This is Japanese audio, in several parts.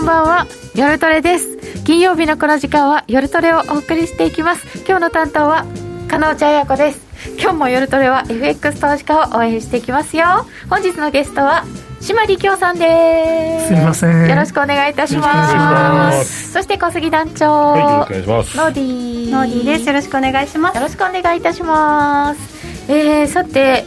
んばんは、夜トレです。金曜日のこの時間は夜トレをお送りしていきます。今日の担当は加納茶彩子です。今日も夜トレは FX 投資家を応援していきますよ。本日のゲストは島力夫さんです。 すみません、 よろしくお願いいたします。そして小杉団長、 はい、よろしくお願いします。 ノーディーです。よろしくお願いします。 よろしくお願いいたします。さて、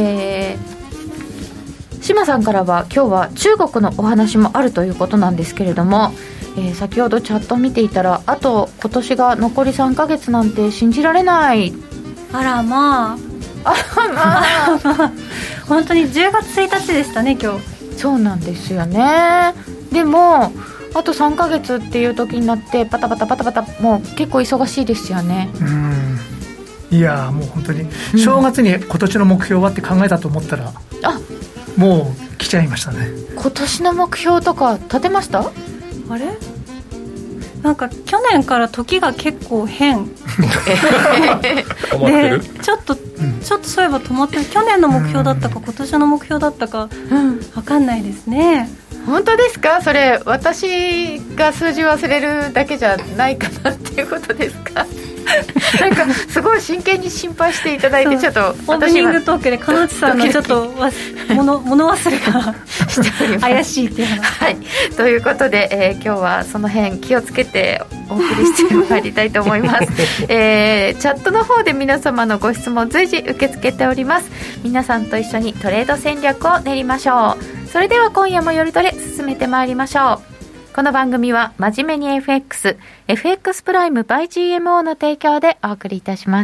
島さんからは今日は中国のお話もあるということなんですけれども、先ほどチャット見ていたら、あと今年が残り3ヶ月なんて信じられない。 あらまあ本当に10月1日でしたね今日。 そうなんですよね。でもあと3ヶ月っていう時になってパタパタもう結構忙しいですよね。 いやもう本当に正月に今年の目標はって考えたと思ったら、もう来ちゃいましたね。 今年の目標とか立てました？ あれなんか去年から時が結構変でちょっとそういえば止まってる。去年の目標だったか今年の目標だったか分かんないですね。 本当ですか？それ私が数字忘れるだけじゃないかなっていうことですか？なんかすごい真剣に心配していただいて、ちょっとオープニングトークで金内さんのちょっと物忘れが怪しいっていう話、 はい、ということで、今日はその辺気をつけてお送りしてまいりたいと思います。チャットの方で皆様のご質問随時受け付けております。皆さんと一緒にトレード戦略を練りましょう。それでは今夜も夜トレ進めてまいりましょう。この番組は真面目に FX プライム by GMO の提供でお送りいたします。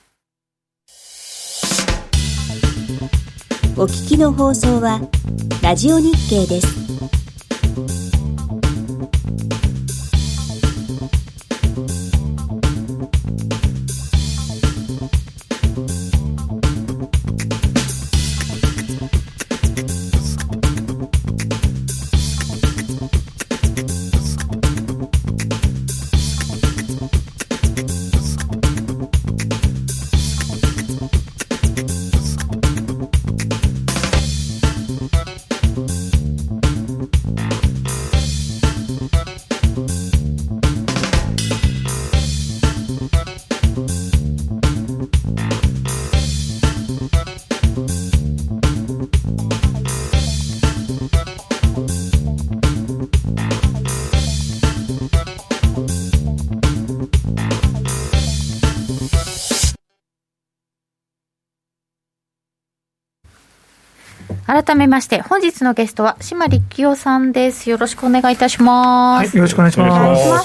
お聞きの放送はラジオ日経です。 改めまして本日のゲストは島力夫さんです。よろしくお願いいたします。 はい、よろしくお願いします。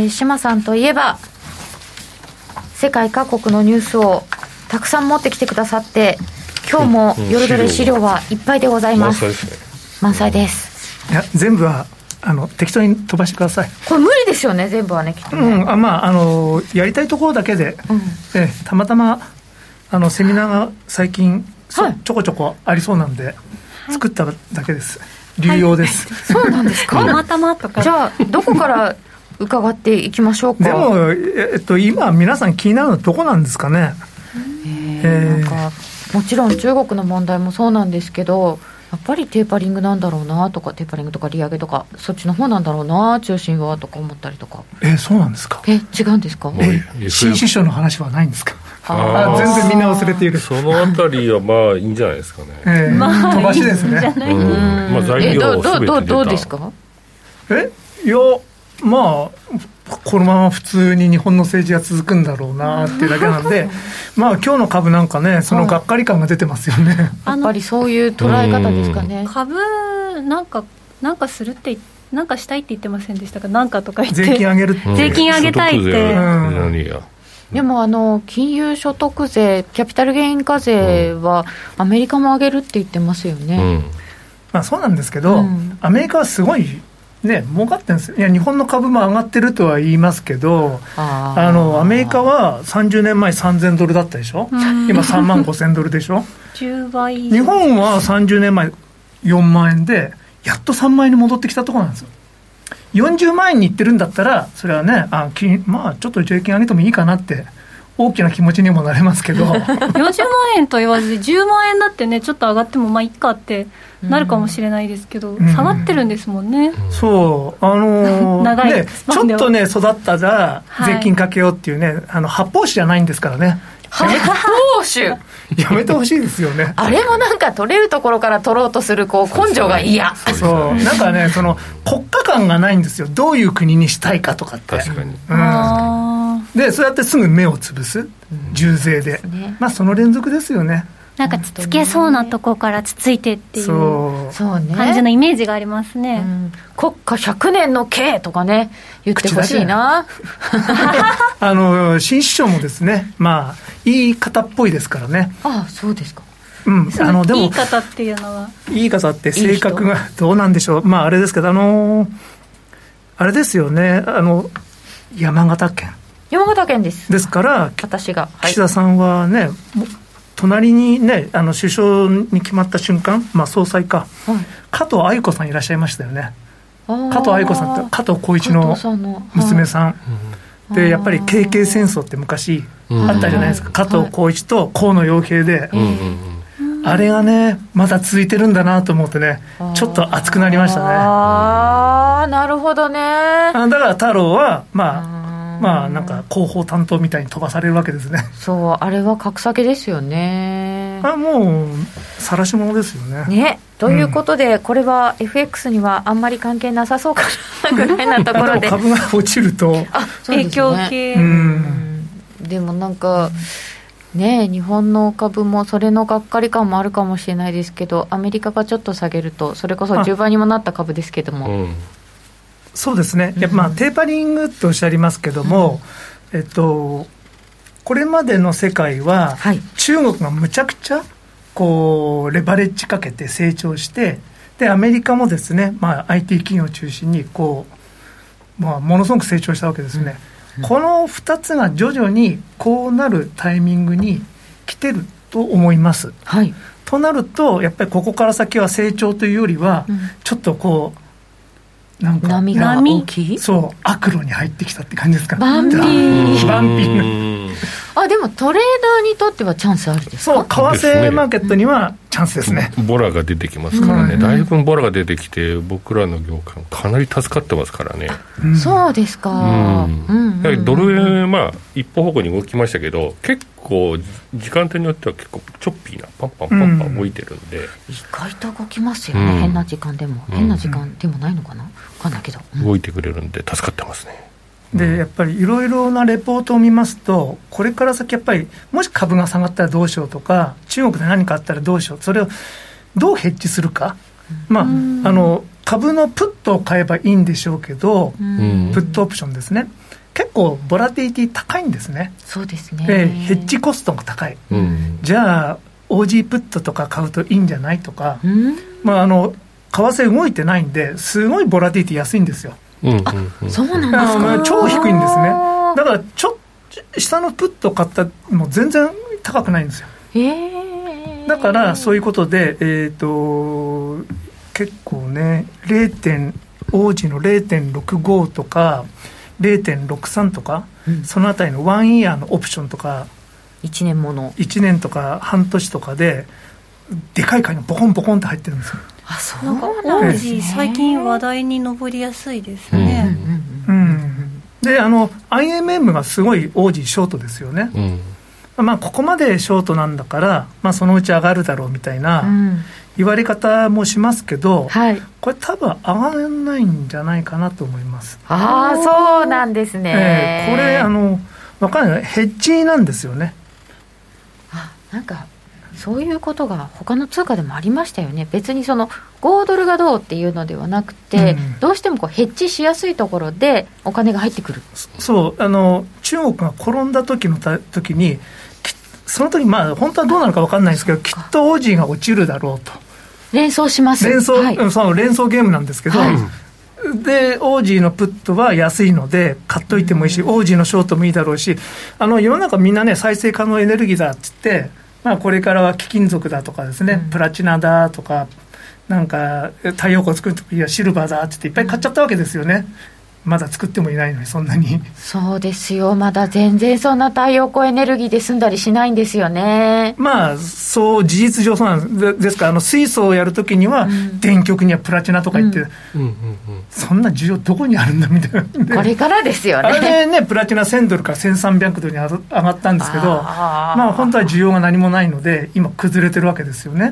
島さんといえば世界各国のニュースをたくさん持ってきてくださって、今日も夜ドレ資料はいっぱいでございます。満載です。 いや全部は適当に飛ばしてください。 これ無理ですよね、全部はね、きっとね。 やりたいところだけで、たまたまセミナーが最近ちょこちょこありそうなんで、作っただけです。流用です。 そうなんですか？ たまたまとか。 じゃあどこから伺っていきましょうか。 でも、今皆さん気になるのはどこなんですかね。 なんかもちろん中国の問題もそうなんですけど、やっぱりテーパリングなんだろうなとか、テーパリングとか利上げとかそっちの方なんだろうな、中心はとか思ったりとか。 そうなんですか。 違うんですか？ 新首相の話はないんですか？全然みんな忘れている。 そのあたりはまあいいんじゃないですかね。 飛ばしですね。 材料を全て出た。 どうですか？ いやまあこのまま普通に日本の政治が続くんだろうなっていうだけなんでまあ今日の株なんかね、そのがっかり感が出てますよね。 やっぱりそういう捉え方ですかね。 株なんかするってなんかしたいって言ってませんでしたか？なんかとか言って税金上げる、 税金上げたいって。 何や。 でも金融所得税、キャピタルゲイン課税はアメリカも上げるって言ってますよね。 まあそうなんですけど、アメリカはすごいね儲かってるんですよ。いや日本の株も上がってるとは言いますけど、アメリカは30年前3000ドルだったでしょ。今3万5000ドルでしょ。 10倍。 日本は30年前4万円でやっと3万円に戻ってきたところなんですよ。40万円にいってるんだったらそれはねまあちょっと税金上げてもいいかなって大きな気持ちにもなれますけど 40万円と言わず10万円だってねちょっと上がってもまあいっかってなるかもしれないですけど、下がってるんですもんね。 そう長いね、ちょっとね育ったら税金かけようっていうね、発泡酒じゃないんですからね。 発泡酒やめてほしいですよね。 あれもなんか取れるところから取ろうとするこう根性が嫌。 そうなんかね国家感がないんですよ。どういう国にしたいかとかって。 確かに、 でそうやってすぐ目をつぶす重税で、まあその連続ですよね。 なんかつつけそうなとこからつついてっていう感じのイメージがありますね。 国家100年の刑とかね言ってほしいな新首相もですね、まあ言い方っぽいですからね。 ああそうですか。 でも言い方っていうのは言い方って性格がどうなんでしょう。まああれですけどあれですよね、山形県ですから私が、 岸田さんはね隣にね首相に決まった瞬間、まあ、総裁か、加藤愛子さんいらっしゃいましたよね。加藤愛子さんって加藤浩一の娘さんで、やっぱり KK 戦争って昔あったじゃないですか。加藤浩一と河野洋平で、あれがねまだ続いてるんだなと思ってね、ちょっと熱くなりましたね。 ああなるほどね。だから太郎はまあなんか広報担当みたいに飛ばされるわけですね。 そうあれは格下げですよね。 もう晒し者ですよね。 ということで、これは FX にはあんまり関係なさそうかなぐらいなところで株が落ちると影響系、 でもなんかね、日本の株もそれのがっかり感もあるかもしれないですけど、アメリカがちょっと下げるとそれこそ10倍にもなった株ですけども、 そうですね。テーパリングっておっしゃいますけども、これまでの世界は、中国がむちゃくちゃこうレバレッジかけて成長して、でアメリカもですね、IT 企業を中心にこう、ものすごく成長したわけですね。この2つが徐々にこうなるタイミングに来てると思います。となるとやっぱりここから先は成長というよりは、ちょっとこうなんか波が大きい、 そう悪路に入ってきたって感じですか。 バンピーでもトレーダーにとってはチャンスあるですか。 そう為替マーケットにはチャンスですね。 ボラが出てきますからね、だいぶボラが出てきて僕らの業界かなり助かってますからね。 そうですか。 ドル円一歩方向に動きましたけど、結構時間帯によっては結構チョッピーなパンパン動いてるんで、 意外と動きますよね。変な時間でも、変な時間でもないのかな、分かんないけど、 動いてくれるんで助かってますね。 でやっぱりいろいろなレポートを見ますと、これから先やっぱりもし株が下がったらどうしようとか、中国で何かあったらどうしよう、それをどうヘッジするか、株のプットを買えばいいんでしょうけど、プットオプションですね、結構ボラティリティ高いんですね。 そうですね。 ヘッジコストが高い、じゃあ OG プットとか買うといいんじゃないとか、為替動いてないんですごいボラティリティ安いんですよ。 そうなんですか。 超低いんですね。だから下のプット買ったもう全然高くないんですよ。だからそういうことで、結構ね王子の 0.65 とか 0.63 とか、そのあたりの1イヤーのオプションとか 1年もの 1年とか半年とかででかい買いがボコンボコンって入ってるんですよ。 そうなんですね。最近話題に上りやすいですね。 でIMM がすごい王子ショートですよね。ここまでショートなんだから、そのうち上がるだろうみたいな言われ方もしますけど、これ多分上がらないんじゃないかなと思います。 そうなんですね。 これ分かんない、ヘッジなんですよね。 なんかそういうことが他の通貨でもありましたよね。別にその5ドルがどうっていうのではなくて、どうしてもヘッジしやすいところでお金が入ってくる。 そう中国が転んだ時にその時本当はどうなるか分かんないですけど、きっとオージーが落ちるだろうと連想します。 連想ゲームなんですけど、でオージーのプットは安いので買っといてもいいし、オージーのショートもいいだろうし、世の中みんなね再生可能エネルギーだっつって、これからは貴金属だとかですね、プラチナだとかなんか太陽光作るときはシルバーだっていっぱい買っちゃったわけですよね。 まだ作ってもいないのにそんなに。 そうですよ、まだ全然そんな太陽光エネルギーで済んだりしないんですよね。 まあそう事実上そうなんです。ですから水素をやるときには、電極にはプラチナとか言って、そんな需要どこにあるんだみたいな。 これからですよね。 あれでねプラチナ1000ドルから1300ドルに上がったんですけど、まあ本当は需要が何もないので今崩れてるわけですよね。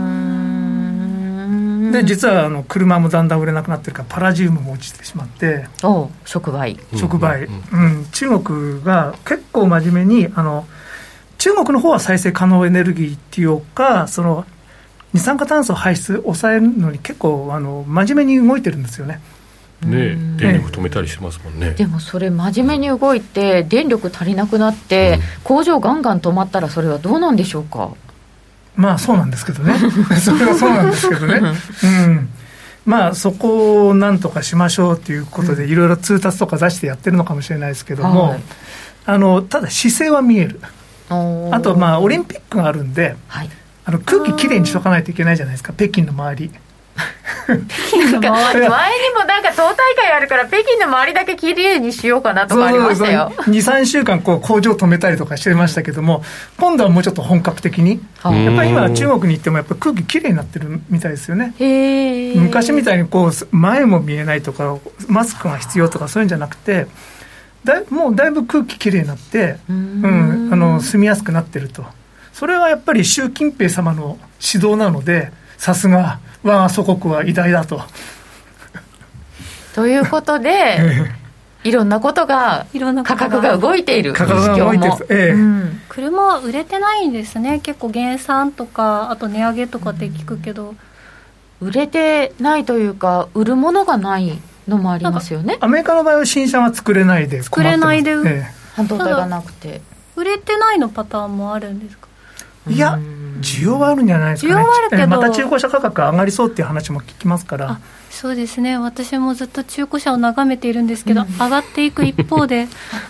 で実は車もだんだん売れなくなってるからパラジウムも落ちてしまって、 触媒、 中国が結構真面目に中国の方は再生可能エネルギーっていうか、その二酸化炭素排出を抑えるのに結構真面目に動いてるんですよね。 電力止めたりしてますもんね。 でもそれ真面目に動いて電力足りなくなって、工場ガンガン止まったらそれはどうなんでしょうか。 まあそうなんですけどねそれはそうなんですけどね、まあそこをなんとかしましょうということでいろいろ通達とか出してやってるのかもしれないですけども、ただ姿勢は見える。あとまあオリンピックがあるんで、空気きれいにしとかないといけないじゃないですか、北京の周り前にもなんか党大会あるから北京の周りだけきれいにしようかなとかありましたよ。 2,3 週間工場止めたりとかしてましたけども、今度はもうちょっと本格的にやっぱり今中国に行ってもやっぱ空気きれいになってるみたいですよね。昔みたいに前も見えないとかマスクが必要とかそういうんじゃなくて、もうだいぶ空気きれいになって、住みやすくなってると。それはやっぱり習近平様の指導なので、さすが我が祖国は偉大だとということでいろんなことが価格が動いている。 価格が動いてる、 車は売れてないんですね。結構減産とかあと値上げとかって聞くけど、 売れてないというか売るものがないのもありますよね。 アメリカの場合は新車は作れないで作れないで、 半導体がなくて売れてないのパターンもあるんですか。 いや需要はあるんじゃないですかね。 需要はあるけどまた中古車価格上がりそうっていう話も聞きますから。 そうですね、私もずっと中古車を眺めているんですけど、上がっていく一方で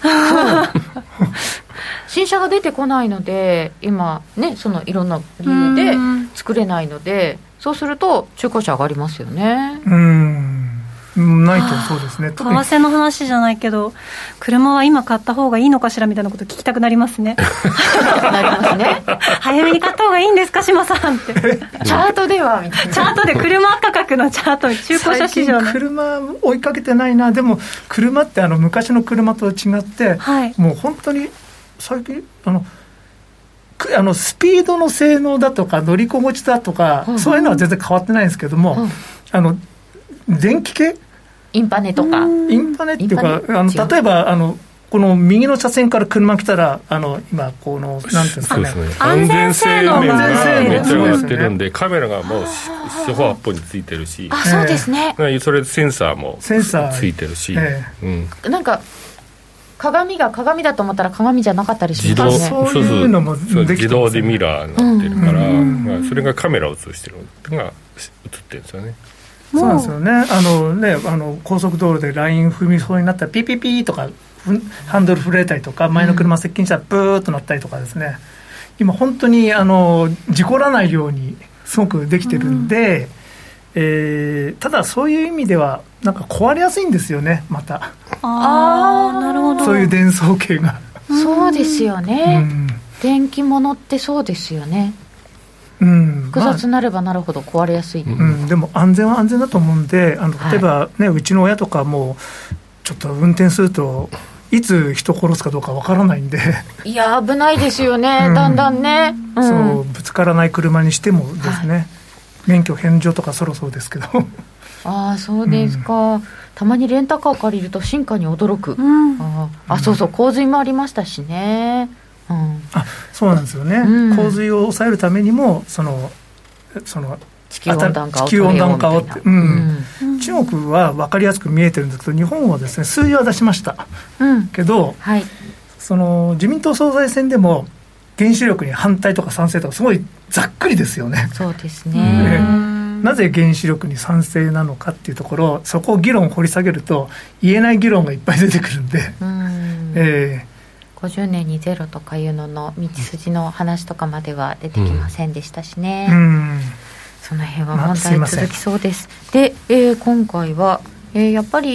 新車が出てこないので今ね、そのいろんな理由で作れないので、そうすると中古車上がりますよね。 ないとそうですね。 為替の話じゃないけど車は今買った方がいいのかしらみたいなこと聞きたくなりますねなりますね。 早めに買った方がいいんですか島さんってチャートではみたいな、 チャートで車価格のチャート、中古車市場の最近車追いかけてないな。でも車って昔の車と違って、もう本当に最近スピードの性能だとか乗り心地だとか、そういうのは全然変わってないんですけども、電気系インパネとかインパネっていうか例えばこの右の車線から車来たら今このなんていうんですかね、 安全性能がめっちゃ上がってるんで、カメラがもう四方八方についてるし、 そうですね、 それでセンサーもついてるし、 なんか鏡が鏡だと思ったら鏡じゃなかったりしますね。 そういうのも自動でミラーになってるから、それがカメラを映してるのが映ってるんですよね。 そうなんですよね。高速道路でライン踏みそうになったらピーピーピーとかハンドル震えたりとか、前の車接近したらブーッとなったりとかですね、今本当に事故らないようにすごくできてるんで、ただそういう意味ではなんか壊れやすいんですよね。またなるほど、 そういう電装系がそうですよね、電気物ってそうですよね。複雑になればなるほど壊れやすい、 でも安全は安全だと思うんで、例えば、うちの親とかもちょっと運転するといつ人殺すかどうかわからないんでいや危ないですよね、だんだんね、 そうぶつからない車にしてもですね、免許返上とかそろそろですけどそうですか、たまにレンタカー借りると進化に驚く、そうそう、洪水もありましたしね、 そうなんですよね、洪水を抑えるためにもその地球温暖化をって、 中国は分かりやすく見えてるんですけど、日本はですね数字は出しました、けど、その自民党総裁選でも原子力に反対とか賛成とかすごいざっくりですよね。 そうですね、 なぜ原子力に賛成なのかっていうところ、そこを議論を掘り下げると言えない議論がいっぱい出てくるんで、 50年にゼロとかいうのの道筋の話とかまでは出てきませんでしたしね、その辺は問題続きそうです。で、今回は、やっぱり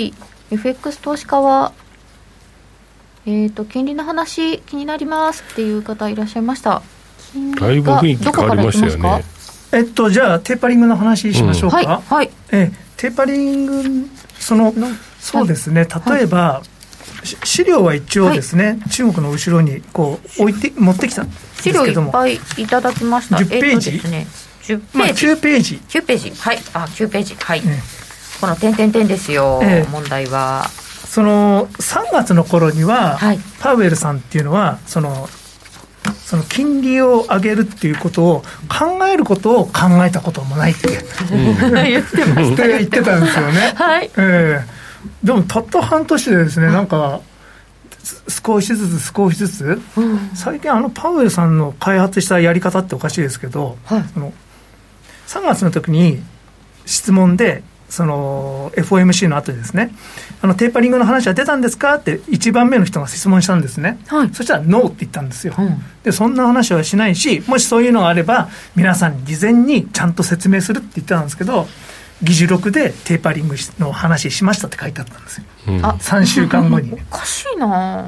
FX 投資家は、金利の話気になりますっていう方いらっしゃいました。 だいぶ雰囲気変わりましたよね。 じゃあテーパリングの話しましょうか。 はいはい。 テーパリングそうですね、例えば、資料は一応ですね、中国の後ろにこう持ってきたんですけども、 資料いっぱいいただきました。 10ページ、 ですね、10ページ、 9ページ、 9ページ、はい、9ページ、はい、この点々点ですよ、問題は。 その3月の頃には、パウエルさんっていうのはその金利を上げるっていうことを考えることを考えたこともないって言ってました言ってたんですよね。 はい。 でもたった半年でですね、なんか少しずつ、最近パウエルさんの開発したやり方っておかしいですけど、3月の時に質問でFOMC の後でですね、テーパリングの話は出たんですかって1番目の人が質問したんですね、そしたらノーって言ったんですよ、でそんな話はしないし、もしそういうのがあれば皆さんに事前にちゃんと説明するって言ってたんですけど、議事録でテーパリングの話しましたって書いてあったんですよ、3週間後に。 おかしいな、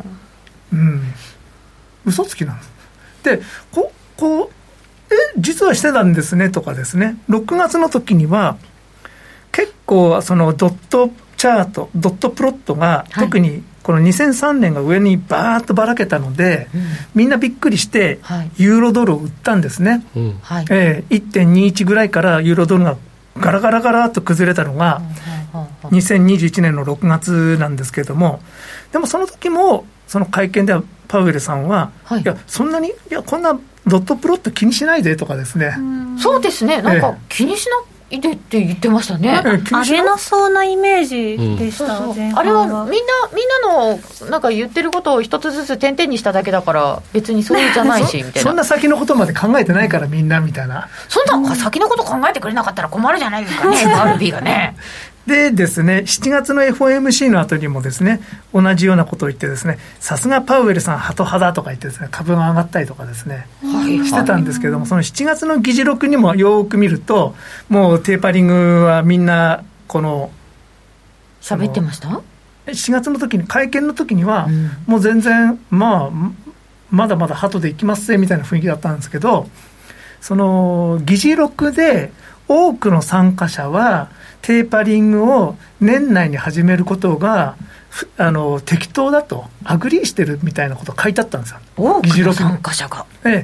嘘つきなんです。で実はしてたんですねとかですね、6月の時には結構そのドットチャート、ドットプロットが、特にこの2003年が上にバーッとばらけたので、みんなびっくりしてユーロドルを売ったんですね、1.21 ぐらいからユーロドルがガラガラガラっと崩れたのが2021年の6月なんですけれども、でもその時もその会見ではパウエルさんは、いやそんなにこんなドットプロット気にしないでとかですね、そうですね、 なんか気にしないでって言ってましたね。 上げなそうなイメージでした、 あれはみんなのなんか言ってることを一つずつ点々にしただけだから別にそうじゃないしみたいな。 そんな先のことまで考えてないからみんなみたいな。 そんな先のこと考えてくれなかったら困るじゃないですかねFRB がね。 でですね、7月の FOMC の後にもですね、同じようなことを言ってですね、さすがパウエルさんハト派だとか言ってですね、株が上がったりとかですね、してたんですけども、その7月の議事録にもよく見ると、もうテーパリングはみんな喋ってました。 7月の時に会見の時には、もう全然まだまだハトでいきますぜみたいな雰囲気だったんですけど、その議事録で多くの参加者はテーパリングを年内に始めることが適当だとアグリーしてるみたいなことが書いてあったんですよ、 多くの参加者が。 で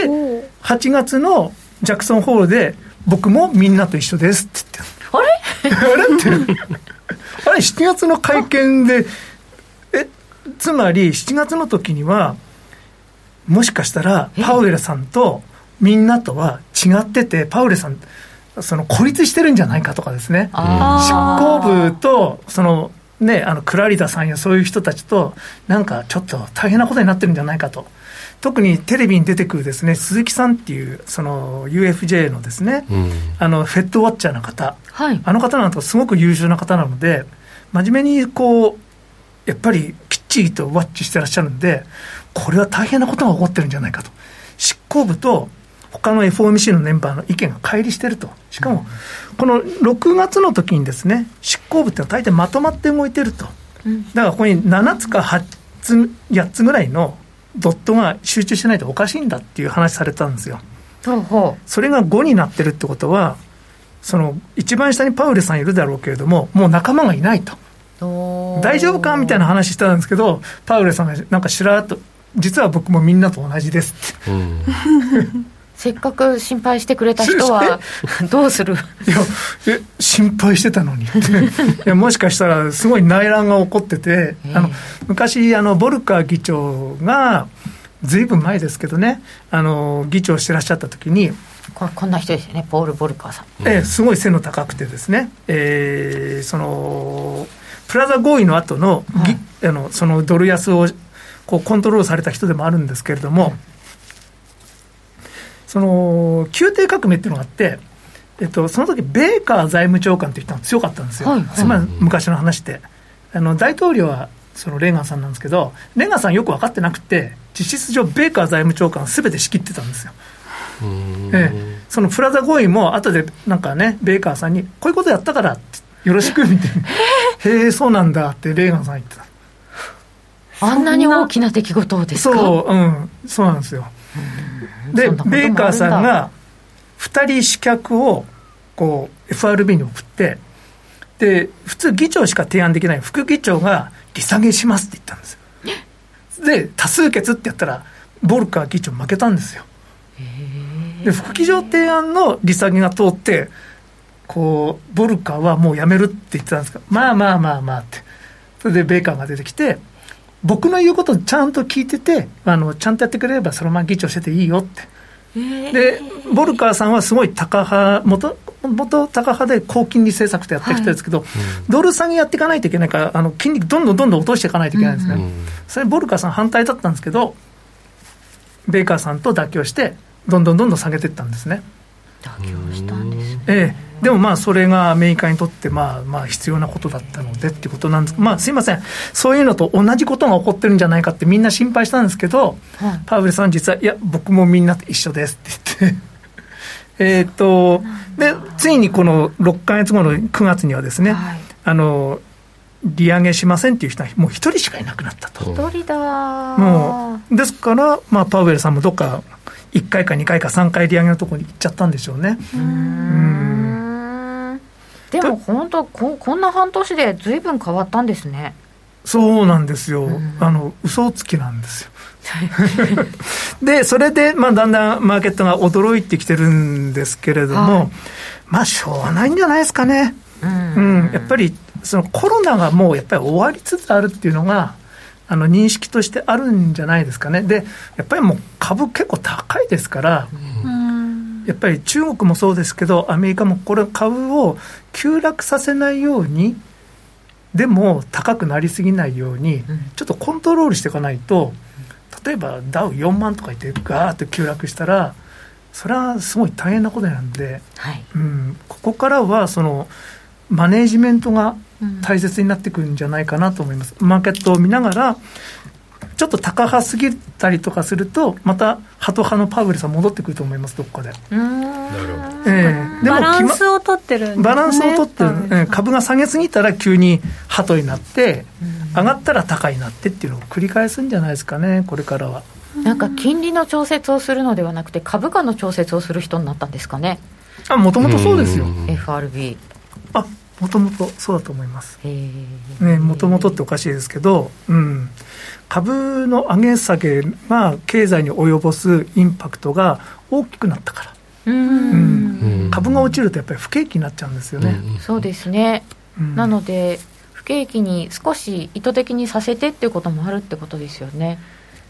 8月のジャクソンホールで僕もみんなと一緒ですって言ってあれってあれ7月の会見でつまり7月の時にはもしかしたらパウエルさんとみんなとは違ってて、パウエルさん孤立してるんじゃないかとかですね、執行部とクラリダさんやそういう人たちとなんかちょっと大変なことになってるんじゃないかと。特にテレビに出てくるですね、鈴木さんっていうUFJ のですね、フェッドウォッチャーの方、あの方なんかすごく優秀な方なので、真面目にやっぱりきっちりとウォッチしてらっしゃるんで、これは大変なことが起こってるんじゃないかと。執行部と他の FOMC のメンバーの意見が乖離してると。しかもこの6月の時にですね、執行部ってのは大体まとまって動いてると、だからここに7つか8つぐらいのドットが集中してないとおかしいんだっていう話されたんですよ。それが5になってるってことは、一番下にパウエルさんいるだろうけれども、もう仲間がいないと、大丈夫かみたいな話してたんですけど、パウエルさんがなんかしらっと、実は僕もみんなと同じですって、 せっかく心配してくれた人はどうする。 いや心配してたのにいやもしかしたらすごい内乱が起こってて、昔ボルカー議長がずいぶん前ですけどね、議長してらっしゃった時にこんな人ですよね、ポール・ボルカーさん、 すごい背の高くてですね、プラザ合意の後の、そのドル安をコントロールされた人でもあるんですけれども、宮廷革命っていうのがあって、その時ベーカー財務長官っていう人が強かったんですよ、つまり昔の話で、大統領はレーガンさんなんですけど、レーガンさんよく分かってなくて、実質上ベーカー財務長官すべて仕切ってたんですよ。そのプラザ合意も後でなんかね、ベーカーさんにこういうことやったからよろしくみたいなへえそうなんだってレーガンさん言ってた。 あんなに大きな出来事ですか。 そう、そうなんですよ。でベイカーさんが2人刺客をこう FRB に送って、で普通議長しか提案できない副議長が利下げしますって言ったんですよ。で多数決ってやったらボルカー議長負けたんですよ。で副議長提案の利下げが通って、こうボルカーはもうやめるって言ってたんですが、まあって、それでベイカーが出てきて、僕の言うことをちゃんと聞いてて、ちゃんとやってくれればそのまま議長してていいよって。でボルカーさんはすごいタカ派、元タカ派で高金利政策とやってきたんですけど、ドル下げやっていかないといけないから、金利どんどん落としていかないといけないんですね。それボルカーさん反対だったんですけど、ベイカーさんと妥協してどんどん下げていったんですね。 妥協したんですね。 でもそれがアメリカにとって必要なことだったのでっていうことなんですけど、すいません、そういうのと同じことが起こってるんじゃないかってみんな心配したんですけど、パウエルさん実はいや僕もみんなと一緒ですって言ってでついにこの6ヶ月後の9月にはですね、利上げしませんっていう人はもう1人しかいなくなったと。 1人だ。 もうですから、パウエルさんもどっか1回か2回か3回利上げのところに行っちゃったんでしょうね。 でも本当こんな半年で随分変わったんですね。 そうなんですよ。嘘つきなんですよでそれで、だんだんマーケットが驚いてきてるんですけれども、しょうがないんじゃないですかね。やっぱりそのコロナがもうやっぱり終わりつつあるっていうのが認識としてあるんじゃないですかね。でやっぱりもう株結構高いですから、やっぱり中国もそうですけどアメリカもこれ株を急落させないように、でも高くなりすぎないようにちょっとコントロールしていかないと、例えばダウ4万とか言ってガーッと急落したらそれはすごい大変なことなんで、ここからはそのマネージメントが大切になってくるんじゃないかなと思います。マーケットを見ながらちょっと高派すぎたりとかするとまたハト派のパウエルさん戻ってくると思います。どこかででもバランスを取ってるんですね。 バランスを取ってる、株が下げすぎたら急にハトになって、上がったら高になってっていうのを繰り返すんじゃないですかね、これからは。 なんか金利の調節をするのではなくて株価の調節をする人になったんですかね。 もともとそうですよ、 FRB。 もともとそうだと思います。もともとっておかしいですけど、株の上げ下げが経済に及ぼすインパクトが大きくなったから、株が落ちるとやっぱり不景気になっちゃうんですよね。 そうですね、なので不景気に少し意図的にさせてっていうこともあるってことですよね。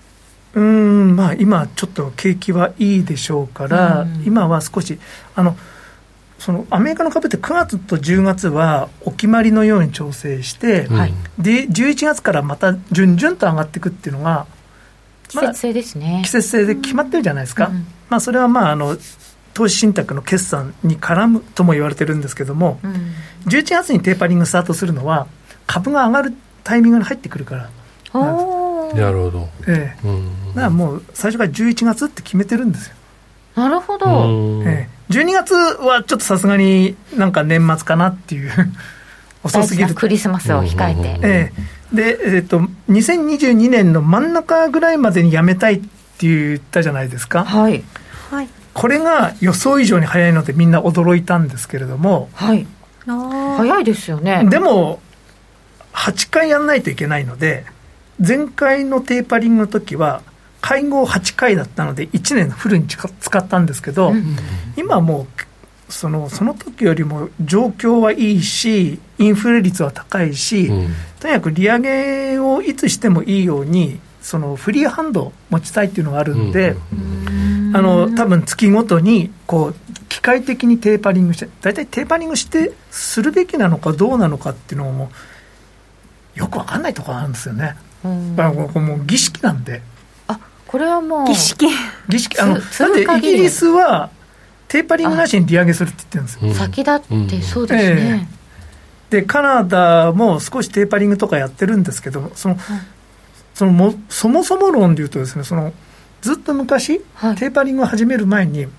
今ちょっと景気はいいでしょうから、今は少しそのアメリカの株って9月と10月はお決まりのように調整して、で11月からまた順々と上がっていくっていうのが季節性ですね。 季節性で決まってるじゃないですか。それは投資信託の決算に絡むとも言われてるんですけども、11月にテーパリングスタートするのは株が上がるタイミングに入ってくるからなんです。 なるほど。 だからもう最初から11月って決めてるんですよ。 なるほど。 12月はちょっとさすがになんか年末かなっていう遅すぎる。 クリスマスを控えて、 で、2022年の真ん中ぐらいまでにやめたいって言ったじゃないですか。これが予想以上に早いのでみんな驚いたんですけれども、 早いですよね。 でも8回やんないといけないので、前回のテーパリングの時は会合8回だったので1年フルに使ったんですけど、今はもうその時よりも状況はいいし、インフレ率は高いし、とにかく利上げをいつしてもいいようにそのフリーハンドを持ちたいっていうのがあるんで、多分月ごとにこう機械的にテーパリングして、だいたいテーパリングしてするべきなのかどうなのかっていうのもよく分かんないところなんですよね。もう儀式なんで。 これはもう儀式だってイギリスはテーパリングなしに利上げするって言ってるんですよ。 先だってそうですね。 でカナダも少しテーパリングとかやってるんですけど、そもそも論でいうとですね、ずっと昔、テーパリングを始める前に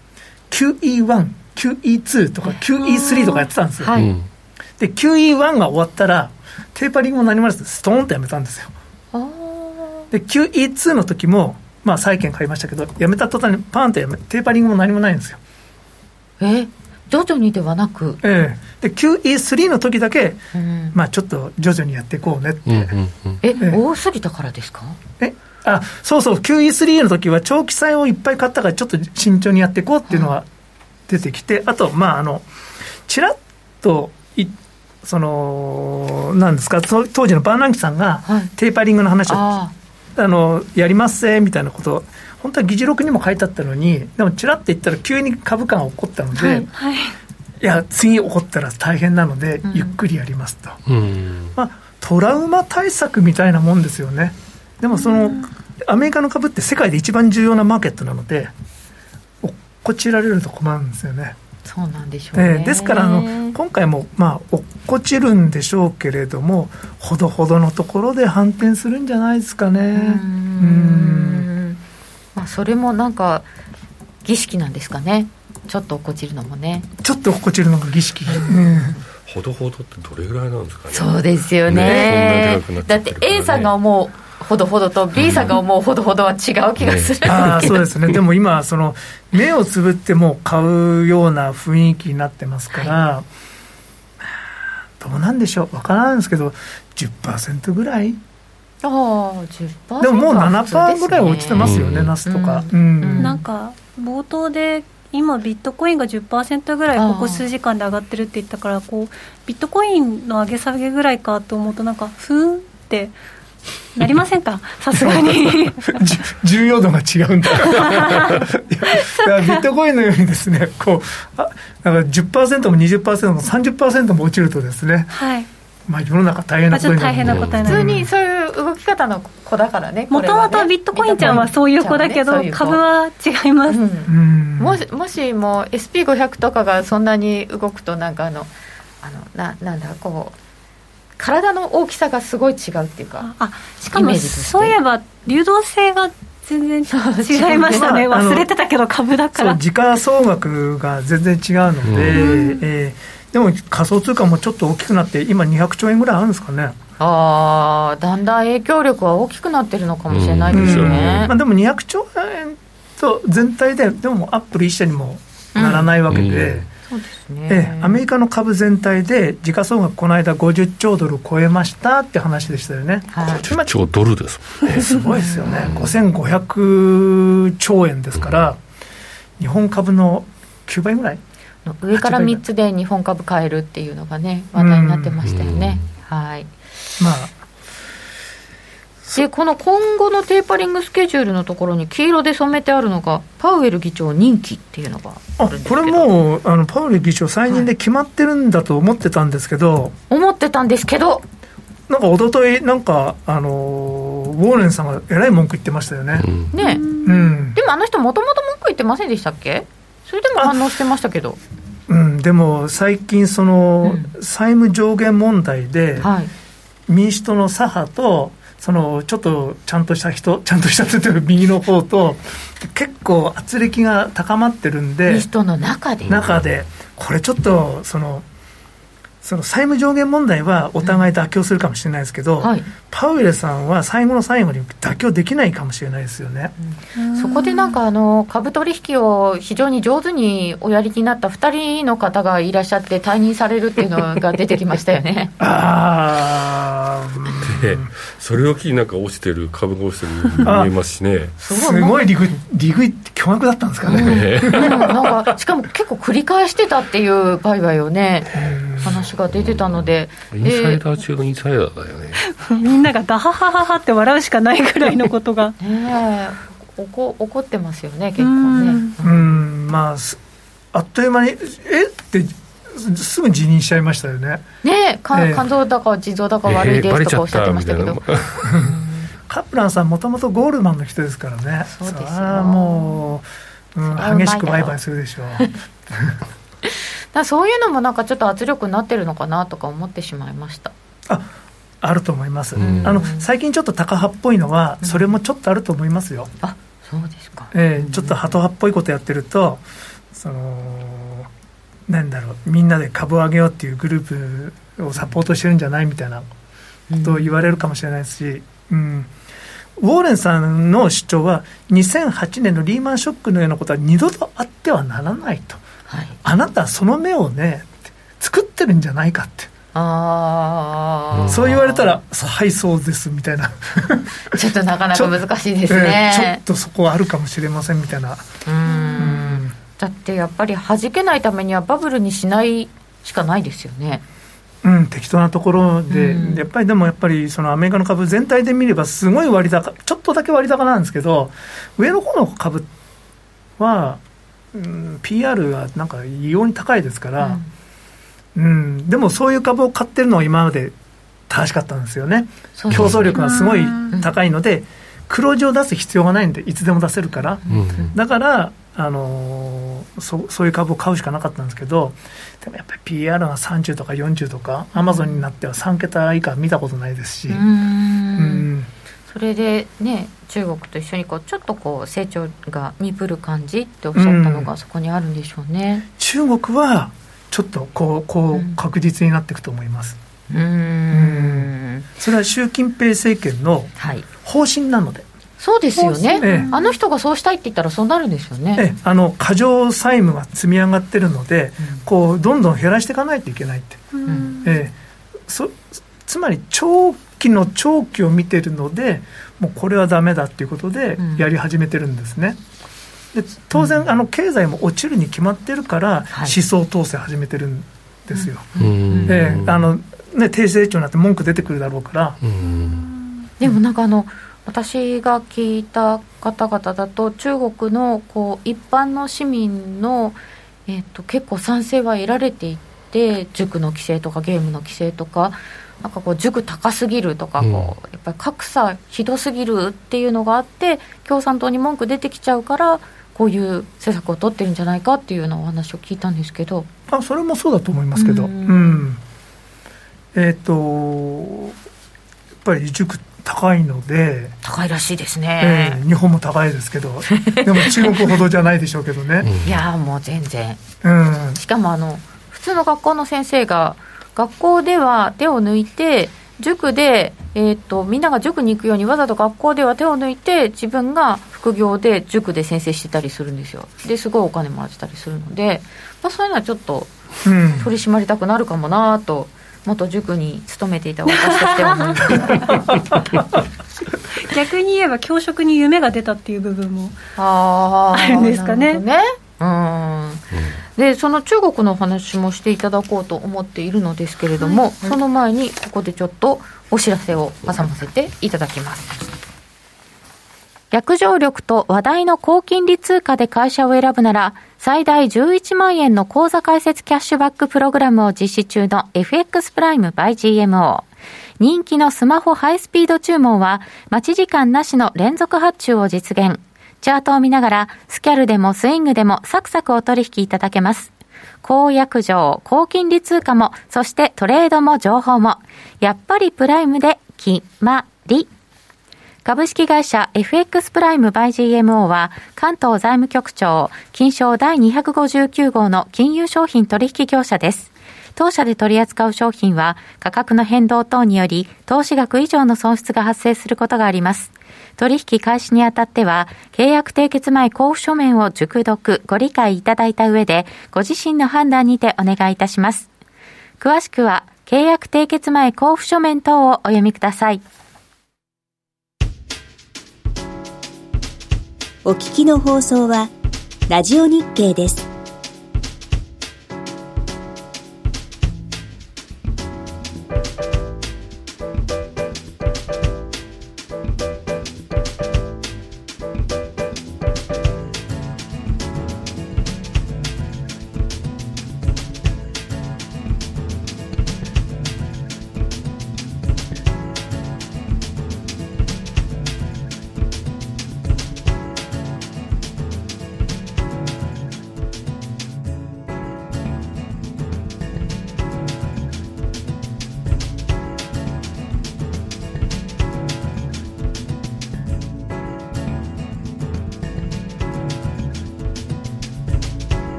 QE1、QE2 とか QE3 とかやってたんですよ。で QE1 が終わったらテーパリングも何もないです。ストーンとやめたんですよ。で QE2 の時も、まあ、債券買いましたけど、やめた途端にパーンとやめ、テーパリングも何もないんですよ。 徐々にではなく、 で QE3 の時だけ、まあ、ちょっと徐々にやっていこうねって、 多すぎたからですか？ そうそう、 QE3 の時は長期債をいっぱい買ったからちょっと慎重にやっていこうっていうのが出てきて、あと、まあ、ちらっとなんですか、当時のバーナンキさんがテーパリングの話を、やりますぜみたいなことを本当は議事録にも書いてあったのに、でもちらっと言ったら急に株価が起こったので、いや次起こったら大変なのでゆっくりやりますと、まあ、トラウマ対策みたいなもんですよね。でもアメリカの株って世界で一番重要なマーケットなので、落っこちられると困るんですよね。 そうなんでしょうね。 ですから今回も、まあ、落っこちるんでしょうけれども、ほどほどのところで反転するんじゃないですかね。 まあ、それもなんか儀式なんですかね。ちょっと落っこちるのもね、 ちょっと落っこちるのが儀式、 ほどほどってどれぐらいなんですかね。 そうですよ ね。だって A さんが思うほどほどと B さんが思うほどほどは違う気がするんですけど、 そうですね。でも今目をつぶっても買うような雰囲気になってますから、どうなんでしょう、分からないんですけど 10% ぐらい、 10% でももう 7% ぐらい落ちてますよね、ナスとか、 なんか冒頭で今ビットコインが 10% ぐらいここ数時間で上がってるって言ったから、こうビットコインの上げ下げぐらいかと思うと、なんかふーんってなりませんか？さすがに重要度が違うんだビットコインのようにですね、なんか 10% も 20% も 30% も落ちるとですね、まあ、世の中大変なことになる。 普通にそういう動き方の子だからね。 もともとビットコインちゃんはそういう子だけど、株は違います。 もしも SP500 とかがそんなに動くと、なんかなんだこう体の大きさがすごい違うっていうか、 しかもそういえば流動性が全然違いましたね。忘れてたけど株だから。 時価総額が全然違うので、でも仮想通貨もちょっと大きくなって今200兆円ぐらいあるんですかね。 だんだん影響力は大きくなってるのかもしれないですよね。 でも200兆円と全体でもアップル一社にもならないわけで、 そうですね。 アメリカの株全体で時価総額この間50兆ドル超えましたって話でしたよね。 50兆ドルですもんね。 すごいですよね。5500兆円ですから、日本株の9倍ぐらい、 上から3つで日本株買えるっていうのがね、話題になってましたよね。まあ、でこの今後のテーパリングスケジュールのところに黄色で染めてあるのがパウエル議長任期っていうのがあるんですけど、 これもうパウエル議長再任で決まってるんだと思ってたんですけど、 なんか一昨日なんかウォーレンさんがえらい文句言ってましたよね。 でもあの人もともと文句言ってませんでしたっけ？それでも反応してましたけど、 でも最近債務上限問題で、民主党の左派とちょっとちゃんとしたという右の方と結構圧力が高まってるんで、 民主党の中でこれちょっとその債務上限問題はお互い妥協するかもしれないですけど、パウエルさんは最後の最後に妥協できないかもしれないですよね。 そこでなんか株取引を非常に上手におやりになった2人の方がいらっしゃって退任されるっていうのが出てきましたよね。 でそれを機になんか落ちてる株が落ちてるように見えますしね。 すごい利食いって巨額だったんですかね。 なんかしかも結構繰り返してたっていう売買をね、話が出てたので、 インサイダー中のインサイダーだよね。 みんながダハハハハって笑うしかないぐらいのことが怒ってますよね、結構ね。 まああっという間にってすぐ辞任しちゃいましたよね。 肝臓だか腎臓だか悪いですとかおっしゃってましたけど、 カプランさんもともとゴールドマンの人ですからね。 そうですよ。 それはもう、激しく売買するでしょう。 だそういうのもなんかちょっと圧力になってるのかなとか思ってしまいました。 あると思います。最近ちょっとタカ派っぽいのは、それもちょっとあると思いますよ。 そうですか。 ちょっとハト派っぽいことやってると、なんだろう、みんなで株を上げようっていうグループをサポートしてるんじゃないみたいなと言われるかもしれないですし、ウォーレンさんの主張は2008年のリーマンショックのようなことは二度とあってはならないと、はい、あなたはその目をね作ってるんじゃないかって、そう言われたらはいそうですみたいなちょっとなかなか難しいですね、 ちょっとそこはあるかもしれませんみたいな。 だってやっぱり弾けないためにはバブルにしないしかないですよね。 適当なところで、やっぱりそのアメリカの株全体で見ればすごい割高、ちょっとだけ割高なんですけど、上の方の株は、PR がなんか異様に高いですから、でもそういう株を買ってるのは今まで正しかったんですよね。競争力がすごい高いので、黒字を出す必要がないんでいつでも出せるから、だからそういう株を買うしかなかったんですけど、でもやっぱり PR が30とか40とか、アマゾンになっては3桁以下見たことないですし、 それでね、中国と一緒にちょっと成長が鈍る感じっておっしゃったのがそこにあるんでしょうね。 中国はちょっと確実になっていくと思います。それは習近平政権の方針なので、 そうですよね、あの人がそうしたいって言ったらそうなるんですよね。 過剰債務が積み上がってるので、どんどん減らしていかないといけないって、つまり長期の長期を見てるので、もうこれはダメだっていうことでやり始めてるんですね。で当然経済も落ちるに決まってるから思想統制始めてるんですよ。低成長になって文句出てくるだろうから。 でもなんか私が聞いた方々だと、中国の一般の市民の、結構賛成は得られていて、塾の規制とかゲームの規制とか、なんか塾高すぎるとか、やっぱり格差ひどすぎるっていうのがあって、共産党に文句出てきちゃうからこういう政策を取ってるんじゃないかっていうようなお話を聞いたんですけど。 それもそうだと思いますけど、やっぱり塾高いので。 高いらしいですね、 日本も高いですけどでも中国ほどじゃないでしょうけどね。 いやもう全然、しかも普通の学校の先生が学校では手を抜いて、塾で、みんなが塾に行くようにわざと学校では手を抜いて、自分が副業で塾で先生してたりするんですよ。ですごいお金もらってたりするので、そういうのはちょっと取り締まりたくなるかもなと、元塾に勤めていた私としては思います逆に言えば教職に夢が出たっていう部分もあるんですかね。 でその中国の話もしていただこうと思っているのですけれども、その前にここでちょっとお知らせを挟ませていただきます。逆上力と話題の高金利通貨で会社を選ぶなら、最大11万円の口座開設キャッシュバックプログラムを実施中の FX プライム by GMO。人気のスマホハイスピード注文は待ち時間なしの連続発注を実現。チャートを見ながらスキャルでもスイングでもサクサクお取引いただけます。高約定、高金利通貨も、そしてトレードも情報も、やっぱりプライムで決まり。株式会社 FX プライム by GMO は関東財務局長金商第259号の金融商品取引業者です。当社で取り扱う商品は価格の変動等により投資額以上の損失が発生することがあります。取引開始にあたっては契約締結前交付書面を熟読ご理解いただいた上でご自身の判断にてお願いいたします。詳しくは契約締結前交付書面等をお読みください。 お聞きの放送はラジオ日経です。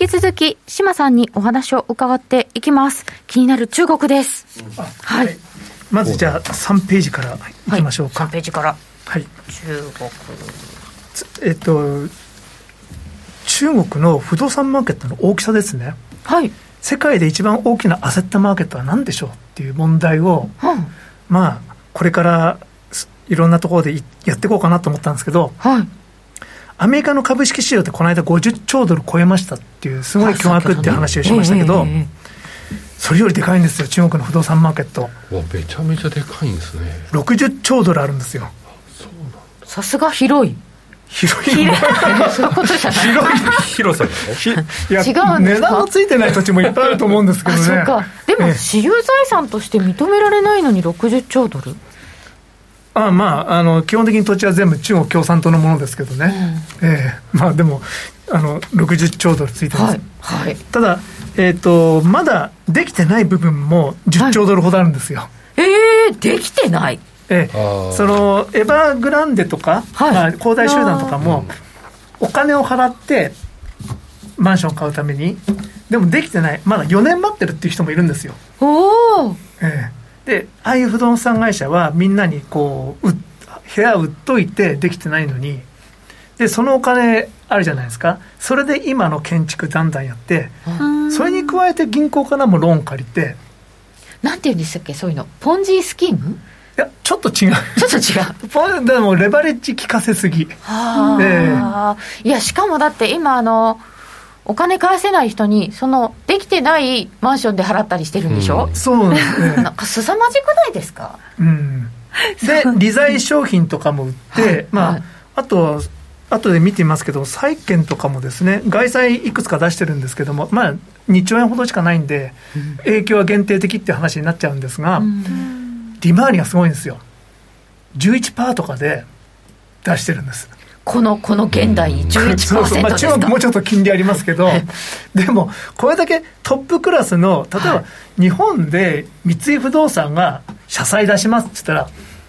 引き続き島さんにお話を伺っていきます。気になる中国です。 はい、まずじゃあ3ページからいきましょうか。 3ページから、 はい、中国の不動産マーケットの大きさですね。 はい、 世界で一番大きなアセットマーケットは何でしょうっていう問題を、まあこれからいろんなところでやっていこうかなと思ったんですけど、 はい、 アメリカの株式市場ってこの間50兆ドル超えましたっていうすごい巨額っていう話をしましたけど、それよりでかいんですよ、中国の不動産マーケット。 めちゃめちゃでかいんですね。 60兆ドルあるんですよ。 そうなんだ。 さすが広いそういうことじゃない広さいや、違うんですか。値段のついてない土地もいっぱいあると思うんですけどね。 そうか。でも私有財産として認められないのに60兆ドル。 まあ、基本的に土地は全部中国共産党のものですけどね、まあでも60兆ドルついてます、 はいはい、 ただ、まだできてない部分も10兆ドルほどあるんですよ。 できてない。 そのエバーグランデとか、恒大集団とかもお金を払ってマンションを買うために、でもできてない、まだ4年待ってるっていう人もいるんですよ。で、ああいう不動産会社はみんなにこう部屋売っといてできてないのに、でそのお金あるじゃないですか。それで今の建築だんだんやって、それに加えて銀行からもローン借りて、 なんていうんでしたっけ、そういうのポンジースキーム。 いやちょっと違うでもレバレッジ効かせすぎ。 いやしかもだって今お金返せない人にそのできてないマンションで払ったりしてるんでしょ。 そうなんですね。 なんか凄まじくないですか。 で利財商品とかも売って、あとで見てみますけど、債券とかもですね、外債いくつか出してるんですけども、まあ2兆円ほどしかないんで、影響は限定的っていう話になっちゃうんですが、利回りがすごいんですよ。11% とかで出してるんです。 この現代に 11% ですか。 中国もうちょっと金利ありますけどでもこれだけトップクラスの、例えば日本で三井不動産が社債出しますって言ったら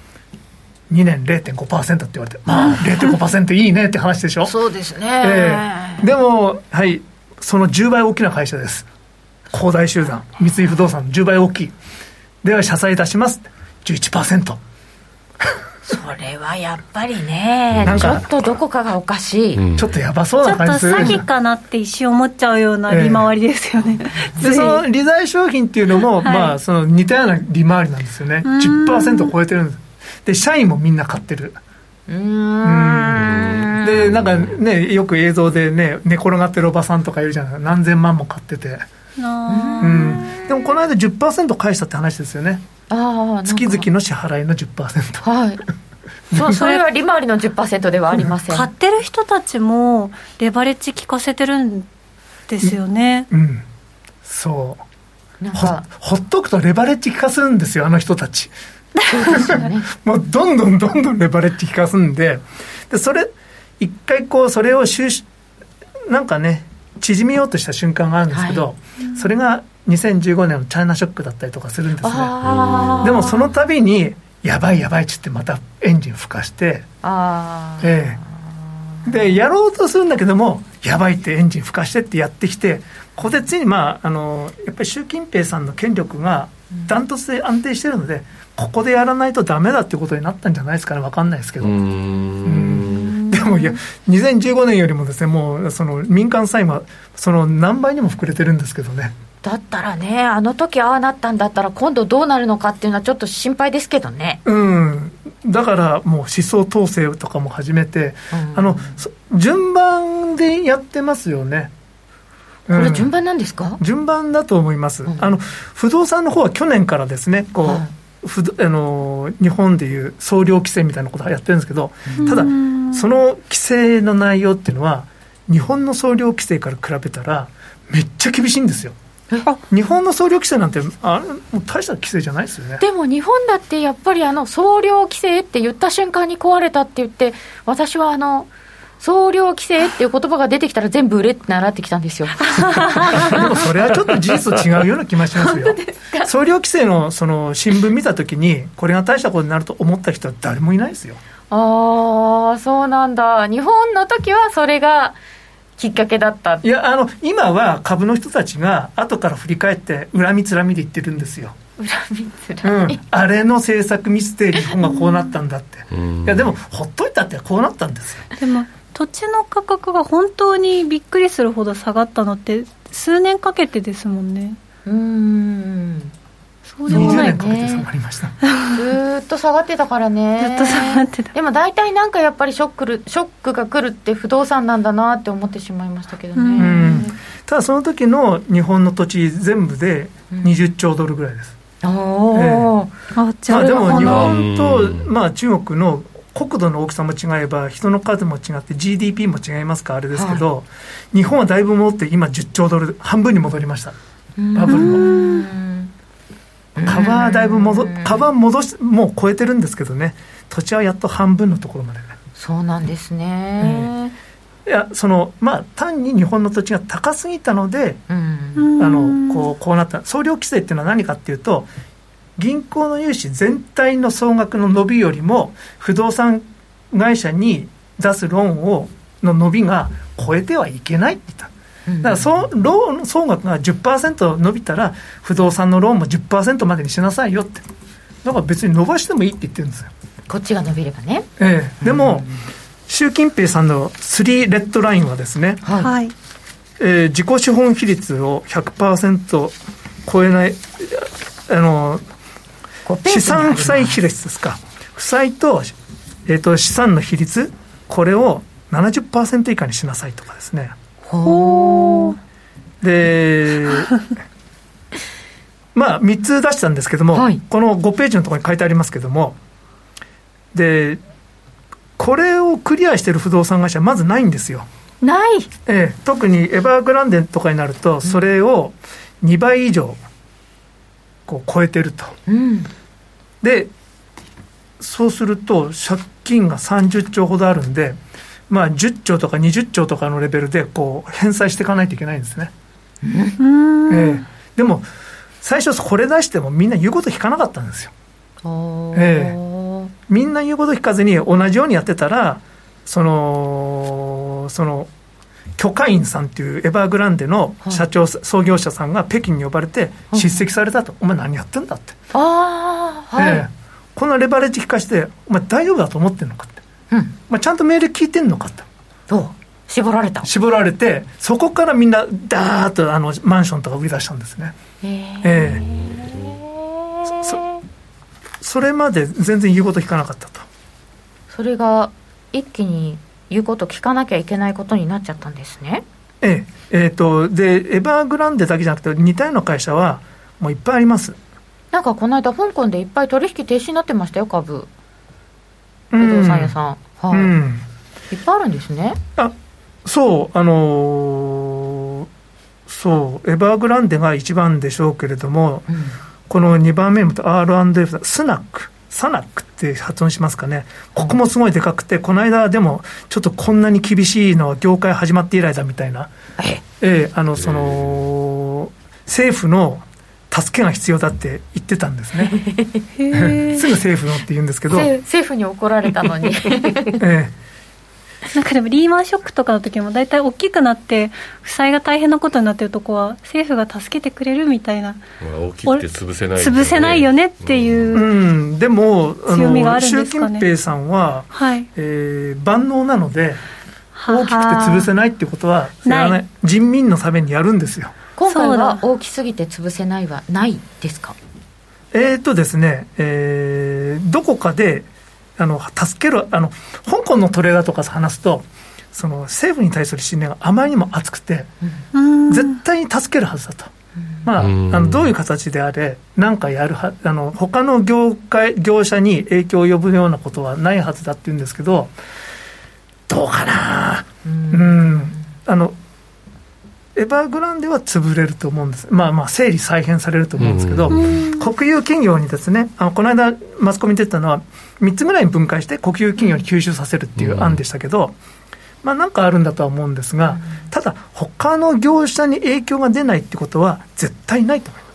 2年 0.5% って言われて、まあ 0.5% いいねって話でしょ。 そうですね、 でもその10倍大きな会社です。恒大集団、三井不動産の10倍大きい。では社債出します 11%。 それはやっぱりね、ちょっとどこかがおかしい、 ちょっとやばそうな感じする。 ちょっと詐欺かなって一瞬思っちゃうような利回りですよね、 でその利財商品っていうのも、まあ、その似たような利回りなんですよね。 10% 超えてるんです。で社員もみんな買ってる。でなんかね、よく映像でね、寝転がってるおばさんとかいるじゃないですか。何千万も買ってて、でもこの間 10% 返したって話ですよね。月々の支払いの 10%、 それは利回りの 10% ではありません。 買ってる人たちもレバレッジ効かせてるんですよね。 そうなんかほっとくとレバレッジ効かすんですよ、あの人たち。そうですよねもうどんどんレバレッジ効かすんで、それ一回こうそれをなんかね縮めようとした瞬間があるんですけど、それが2015年のチャイナショックだったりとかするんですね。でもその度にやばいって言ってまたエンジン吹かして、でやろうとするんだけどもやばいってエンジン吹かしてってやってきて、ここでついにやっぱり習近平さんの権力がダントツで安定してるので、ここでやらないとダメだってことになったんじゃないですかね。分かんないですけど。でもいや2015年よりもですね、もうその民間債務はその何倍にも膨れてるんですけどね。 だったらね、あの時ああなったんだったら今度どうなるのかっていうのはちょっと心配ですけどね。 だからもう思想統制とかも始めて、順番でやってますよね。 これ順番なんですか。 順番だと思います。不動産の方は去年からですね、こう、日本でいう総量規制みたいなことをやってるんですけど、ただその規制の内容っていうのは日本の総量規制から比べたらめっちゃ厳しいんですよ。日本の総量規制なんてもう大した規制じゃないですよね。 でも日本だってやっぱり総量規制って言った瞬間に壊れたって言って、私は総量規制っていう言葉が出てきたら全部売れって習ってきたんですよでもそれはちょっと事実と違うような気がしますよ総量規制のその新聞見たときにこれが大したことになると思った人は誰もいないですよ。 そうなんだ。日本の時はそれがきっかけだった。 いや今は株の人たちが後から振り返って恨みつらみで言ってるんですよ。 恨みつらみ、 あれの政策ミスで日本がこうなったんだって。いやでもほっといたってこうなったんですよ。 でも土地の価格が本当にびっくりするほど下がったのって数年かけてですもんね。 そうでもないね。20年かけて下がりました。 ずっと下がってたからね。 ずっと下がってた。 でも大体なんかやっぱりショックが来るって不動産なんだなって思ってしまいましたけどね。 ただその時の日本の土地全部で20兆ドルぐらいです。 じゃあでも日本と、中国の国土の大きさも違えば人の数も違って GDP も違いますからあれですけど、日本はだいぶ戻って今10兆ドル半分に戻りました。バブルも株はだいぶ株は戻しもう超えてるんですけどね、土地はやっと半分のところまでね。 そうなんですね。 いや単に日本の土地が高すぎたので、こうなった。総量規制っていうのは何かっていうと、銀行の融資全体の総額の伸びよりも不動産会社に出すローンの伸びが超えてはいけないって言った。だからローンの総額が 10% 伸びたら不動産のローンも 10% までにしなさいよって。だから別に伸ばしてもいいって言ってるんですよ。 こっちが伸びればね。 でも習近平さんの3レッドラインはですね、自己資本比率を 100% 超えない資産負債比率ですか、負債と、資産の比率、これを 70% 以下にしなさいとかですね。で3つ出したんですけども、この5ページのところに書いてありますけども、でこれをクリアしている不動産会社はまずないんですよ。 ない、 特にエバーグランデとかになるとそれを2倍以上超えてると、でそうすると借金が30兆ほどあるんで、10兆とか20兆とかのレベルで返済していかないといけないんですね。でも最初これ出してもみんな言うこと聞かなかったんですよ。みんな言うこと聞かずに同じようにやってたら、その許可員さんっていうエバーグランデの社長、創業者さんが北京に呼ばれて叱責されたと。お前何やってんだって。こんなレバレッジ聞かしてお前大丈夫だと思ってんのかって、ちゃんと命令聞いてんのかと。 絞られて、そこからみんなダーッとマンションとか売り出したんですね。それまで全然言うこと聞かなかったと。 それが一気に言うこと聞かなきゃいけないことになっちゃったんですね。 でエバーグランデだけじゃなくて似たような会社はもういっぱいあります。 なんかこの間香港でいっぱい取引停止になってましたよ、株、不動産屋さん。いっぱいあるんですね。 そうエバーグランデが一番でしょうけれども、この2番目の R&F サナックって発音しますかね。ここもすごいでかくて、この間でもちょっとこんなに厳しいのは業界始まって以来だみたいな、政府の助けが必要だって言ってたんですね。すぐ政府のって言うんですけど、 政府に怒られたのに。 なんかでもリーマンショックとかの時も大体大きくなって負債が大変なことになってるとこは政府が助けてくれるみたいな、 大きくて潰せないよねっていう、 でも強みがあるんですかね。 習近平さんは、万能なので大きくて潰せないってことはない人民のためにやるんですよ。 今回は大きすぎて潰せないはないですか。 ですね、どこかで助ける香港のトレーダーとか話すと、その政府に対する信頼があまりにも厚くて、絶対に助けるはずだと、どういう形であれ何かやる他の業者に影響を及ぶようなことはないはずだって言うんですけど、どうかな。エバーグランデは潰れると思うんです。整理再編されると思うんですけど、国有企業にですね、この間マスコミに出たのは3つぐらいに分解して国有企業に吸収させるっていう案でしたけど、なんかあるんだとは思うんですが、ただ他の業者に影響が出ないってことは絶対ないと思います。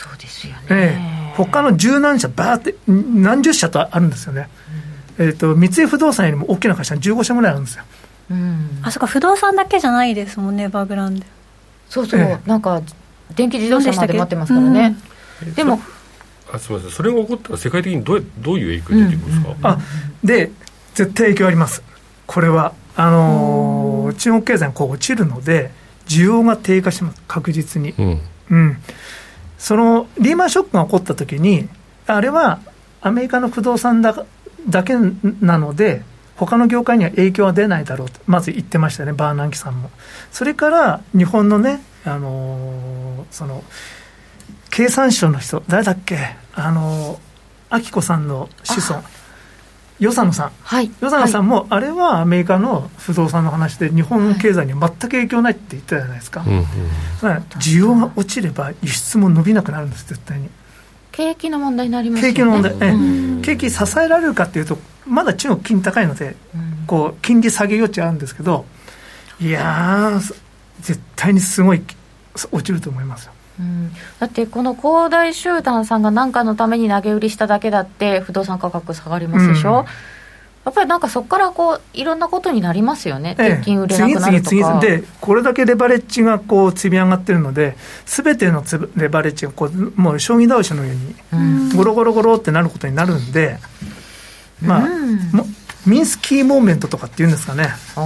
そうですよね。 他の十何社バーって何十社とあるんですよね。三井不動産よりも大きな会社が15社ぐらいあるんですよ。 あ、そうか、不動産だけじゃないですもんね、エバーグランデ。 そうそう、なんか電気自動車まで持ってますからね。でもすみません、それが起こったら世界的にどういう影響が出てくるんですか？ で絶対影響あります。これは中国経済がこう落ちるので需要が低下します、確実に。そのリーマンショックが起こった時に、あれはアメリカの不動産だけなので他の業界には影響は出ないだろうとまず言ってましたね、バーナンキさんも。それから日本のね、その経産省の人、誰だっけ、明子さんの子孫、与謝野さん、与謝野さんも、あれはアメリカの不動産の話で日本の経済には全く影響ないって言ったじゃないですか。需要が落ちれば輸出も伸びなくなるんです、絶対に。 景気の問題になりますよね。 景気の問題、景気支えられるかっていうとまだ中国金高いので、こう金利下げ余地あるんですけど、いやー絶対にすごい落ちると思いますよ。 だってこの恒大集団さんが何かのために投げ売りしただけだって不動産価格下がりますでしょ。やっぱりなんかそこからこういろんなことになりますよね。鉄筋売れなくなるとか、 次々でこれだけレバレッジがこう積み上がってるので、全てのレバレッジがこうもう将棋倒しのようにゴロゴロゴロってなることになるんで、ミンスキーモーメントとかっていうんですかね。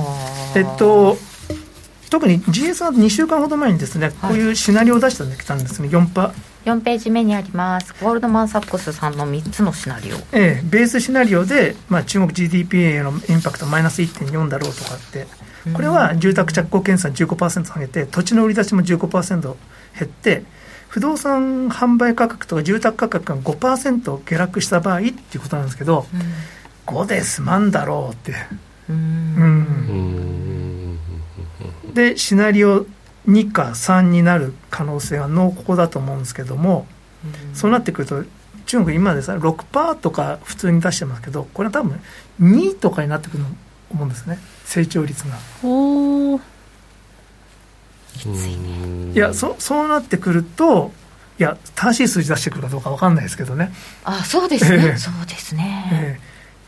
特に GS が2週間ほど前にですね、こういうシナリオを出してきたんですね。4 ページ目にあります。ゴールドマンサックスさんの3つのシナリオ、 ベースシナリオで、中国 GDP へのインパクトマイナス 1.4 だろうとかって、これは住宅着工件数 15% 下げて土地の売り出しも 15% 減って不動産販売価格とか住宅価格が 5% 下落した場合っていうことなんですけど、5で済まんだろうって。でシナリオ2か3になる可能性は濃厚だと思うんですけども、そうなってくると中国今でさ 6% とか普通に出してますけど、これは多分2とかになってくると思うんですね、成長率が。 きついね。 いや、そうなってくると、いや正しい数字出してくるかどうか分かんないですけどね。 そうですね、そうですね。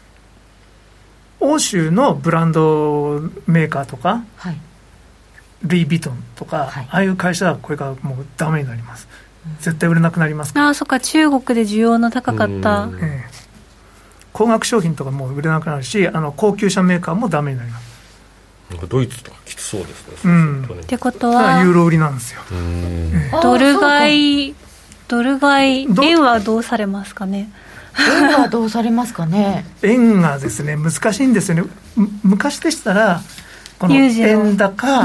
欧州のブランドメーカーとか、ルイ・ヴィトンとか、ああいう会社はこれからもうダメになります。絶対売れなくなりますから。 そっか、中国で需要の高かった、 高額商品とかも売れなくなるし、高級車メーカーもダメになります。 なんかドイツとかきつそうですね。 ってことはユーロ売りなんですよ。 ドル買い、円はどうされますかね。 円はどうされますかね。 円がですね難しいんですよね。昔でしたらこの円高、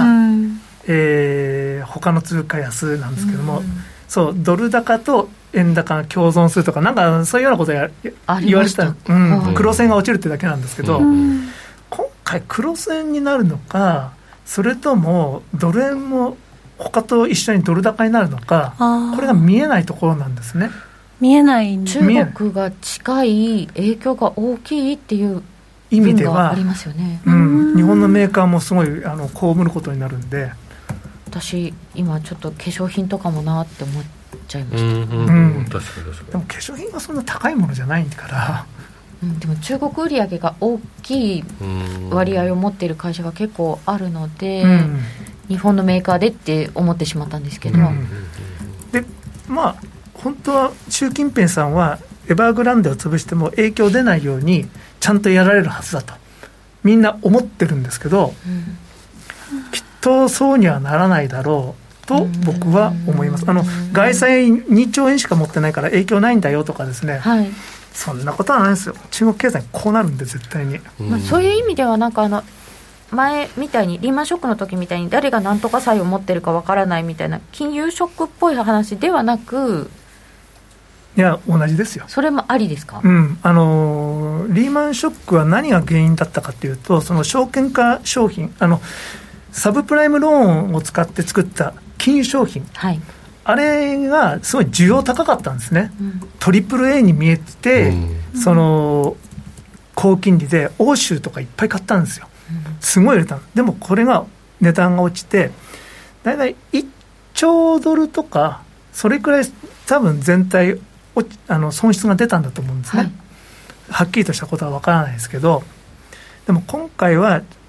他の通貨安なんですけども、そうドル高と円高が共存するとか、なんかそういうようなこと言われてた、黒線が落ちるってだけなんですけど、今回黒線になるのか、それともドル円も他と一緒にドル高になるのか、これが見えないところなんですね。 見えないん中国が近い、影響が大きいっていう意味ではありますよね。 日本のメーカーもすごい被ることになるんで、 私今ちょっと化粧品とかもなって思っちゃいました。 確かに確かに。 でも化粧品はそんな高いものじゃないから、 でも中国売上が大きい割合を持っている会社が結構あるので、日本のメーカーでって思ってしまったんですけど、 で本当は習近平さんはエバーグランデを潰しても影響出ないようにちゃんとやられるはずだとみんな思ってるんですけど、きっとそうにはならないだろうと僕は思います。外債2兆円しか持ってないから影響ないんだよとかですね、そんなことはないですよ。中国経済こうなるんで絶対に。 そういう意味ではなんか前みたいにリーマンショックの時みたいに誰が何とか債を持ってるかわからないみたいな金融ショックっぽい話ではなく、 いや同じですよ。 それもありですか。 リーマンショックは何が原因だったかというと、その証券化商品、サブプライムローンを使って作った金融商品、あれがすごい需要高かったんですね。トリプル A に見えて、その高金利で欧州とかいっぱい買ったんですよ。すごい売れた。でもこれが値段が落ちてだいたい1兆ドルとかそれくらい多分全体損失が出たんだと思うんですね。はっきりとしたことは分からないですけど、でも今回は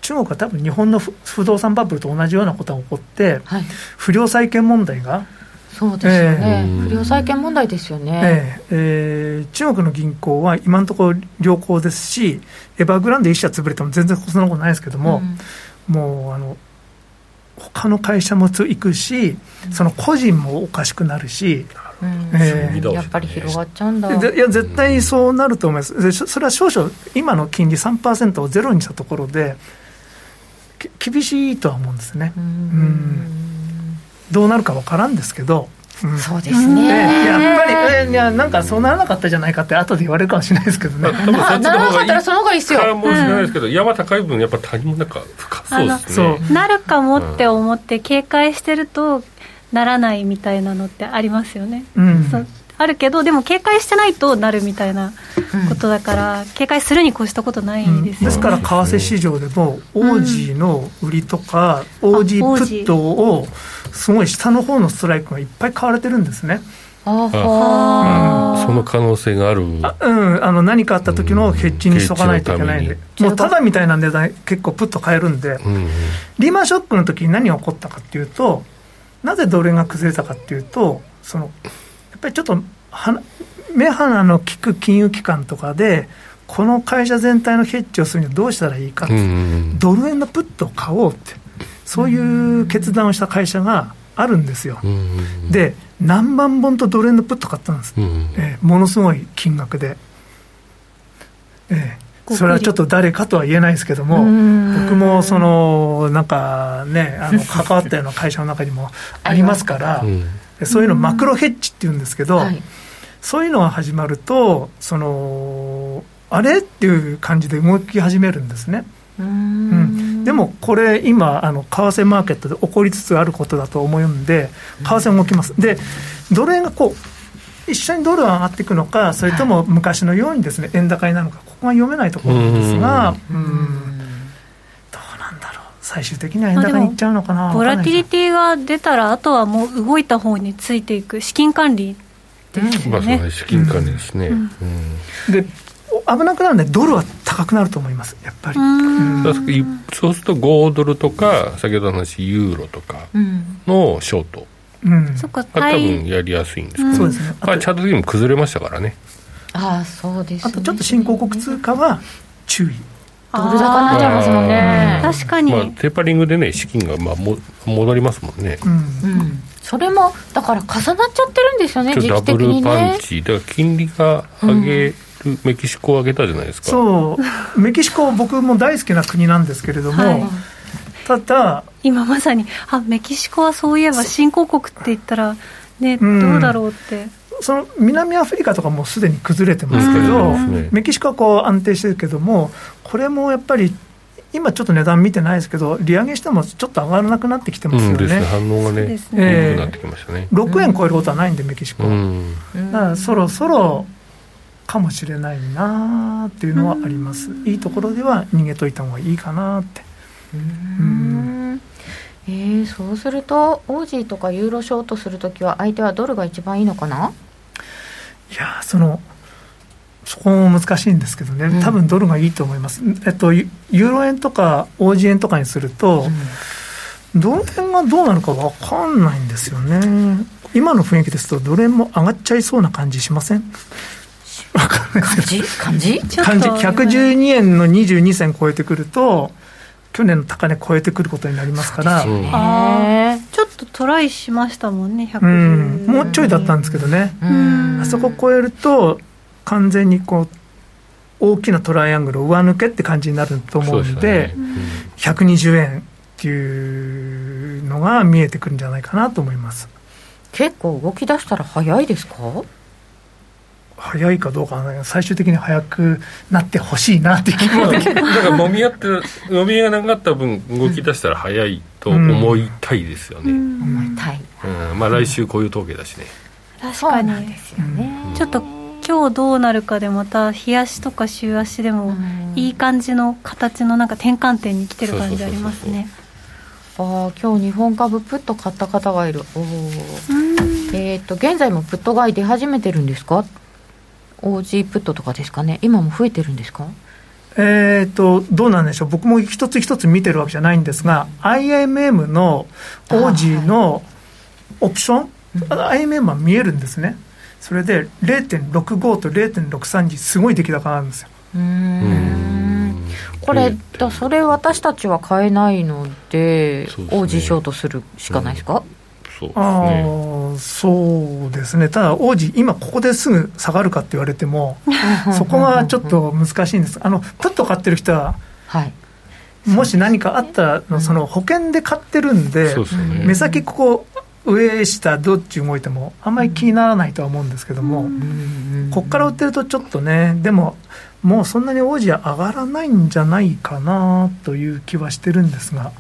中国は多分日本の不動産バブルと同じようなことが起こって、 はい、 不良債権問題がそうですよね、不良債権問題ですよね、 中国の銀行は今のところ良好ですし、エバーグランデ1社潰れても全然そんなことないですけども、もう他の会社も行くし、その個人もおかしくなるし、 やっぱり広がっちゃうんだ。 いや絶対そうなると思います。それは少々今の金利 3% をゼロにしたところで厳しいとは思うんですね。どうなるか分からんですけど、 そうですね、 やっぱり、なんかそうならなかったじゃないかって後で言われるかもしれないですけどね。 ならなかったらその方がいいですよ。 かもしれないですけど、山高い分やっぱ谷もなんか深そうですね。 なるかもって思って警戒してるとならないみたいなのってありますよね、そうあるけど、でも警戒してないとなるみたいなことだから、警戒するに越したことないですよね、 ですから為替市場でもオージーの売りとか、オージープットをすごい下の方のストライクがいっぱい買われてるんですね。 その可能性がある。 何かあった時のヘッジにしとかないといけないんで、もうただみたいな値段結構プッと買えるんで、リーマンショックの時に何が起こったかっていうと、なぜドル円が崩れたかっていうと、やっぱりちょっと目鼻の利く金融機関とかでこの会社全体のヘッジをするにはどうしたらいいかって、ドル円のプットを買おうって、そういう決断をした会社があるんですよ。で何万本とドル円のプット買ったんです、ものすごい金額で、それはちょっと誰かとは言えないですけども、僕もなんかね、関わったような会社の中にもありますから、そういうのマクロヘッジっていうんですけど、そういうのが始まるとあれっていう感じで動き始めるんですね。でもこれ今為替マーケットで起こりつつあることだと思うんで、為替動きます。でドル円が一緒にドルが上がっていくのか、それとも昔のようにですね円高になるのか、ここが読めないところなんですが、どうなんだろう、最終的には円高にいっちゃうのかな。 ボラティリティが出たらあとはもう動いた方についていく資金管理ですよね。 資金管理ですね。 で危なくなるのでドルは高くなると思います、やっぱり。 そうすると5ドルとか先ほどの話ユーロとかのショート、 そっか、 多分やりやすいんですけど、 そうですね。 チャート的にも崩れましたからね。 そうですね。 あとちょっと新興国通貨は注意、 ドル高になっちゃいますもんね。 確かに、 テーパリングでね資金が戻りますもんね。 それもだから重なっちゃってるんですよね、時期的にね。 ダブルパンチだから金利が上げる、メキシコを上げたじゃないですか。 そうメキシコ僕も大好きな国なんですけれども、ただ今まさにメキシコはそういえば新興国って言ったらね、どうだろうって。 その南アフリカとかもすでに崩れてますけど、メキシコは安定してるけども、これもやっぱり今ちょっと値段見てないですけど、利上げしてもちょっと上がらなくなってきてますよね。 ですね、反応がね、良くなってきましたね。 6円超えることはないんでメキシコは、だからそろそろかもしれないなっていうのはあります。いいところでは逃げといた方がいいかなって。 そうするとオージーとかユーロショートするときは相手はドルが一番いいのかな。 いやそこも難しいんですけどね、多分ドルがいいと思います。ユーロ円とかオージー円とかにすると、ドル円がどうなるか分かんないんですよね。今の雰囲気ですとドル円も上がっちゃいそうな感じしません？分かんないですけど感じ112円の22銭超えてくると去年の高値超えてくることになりますから、 ちょっとトライしましたもんね、110、 もうちょいだったんですけどね、あそこ超えると完全に大きなトライアングル上抜けって感じになると思うので、120円っていうのが見えてくるんじゃないかなと思います。 結構動き出したら早いですか？ 早いかどうかは最終的に早くなってほしいなっていう気もできる。 だからもみ合がなかった分動き出したら早いと思いたいですよね。 思いたい。 来週こういう統計だしね。 確かにですよね。ちょっと今日どうなるかでまた日足とか週足でもいい感じの形のなんか転換点に来てる感じありますね。 今日日本株プット買った方がいる。現在もプット買い出始めてるんですか？オージープットとかですかね。今も増えてるんですか？ どうなんでしょう、僕も一つ一つ見てるわけじゃないんですが、IMM のオージーのオプション、IMM は見えるんですね。それで 0.65 と 0.63 時すごい出来高なんですよ。 これそれ私たちは買えないので、オージーショートするしかないですか？ そうですね。ただオージー今ここですぐ下がるかって言われてもそこがちょっと難しいんです。プット買ってる人は、はい、もし何かあったらその保険で買ってるんで、目先ここ上下どっち動いてもあんまり気にならないとは思うんですけども、こっから売ってるとちょっとね、でももうそんなにオージーは上がらないんじゃないかなという気はしてるんですが、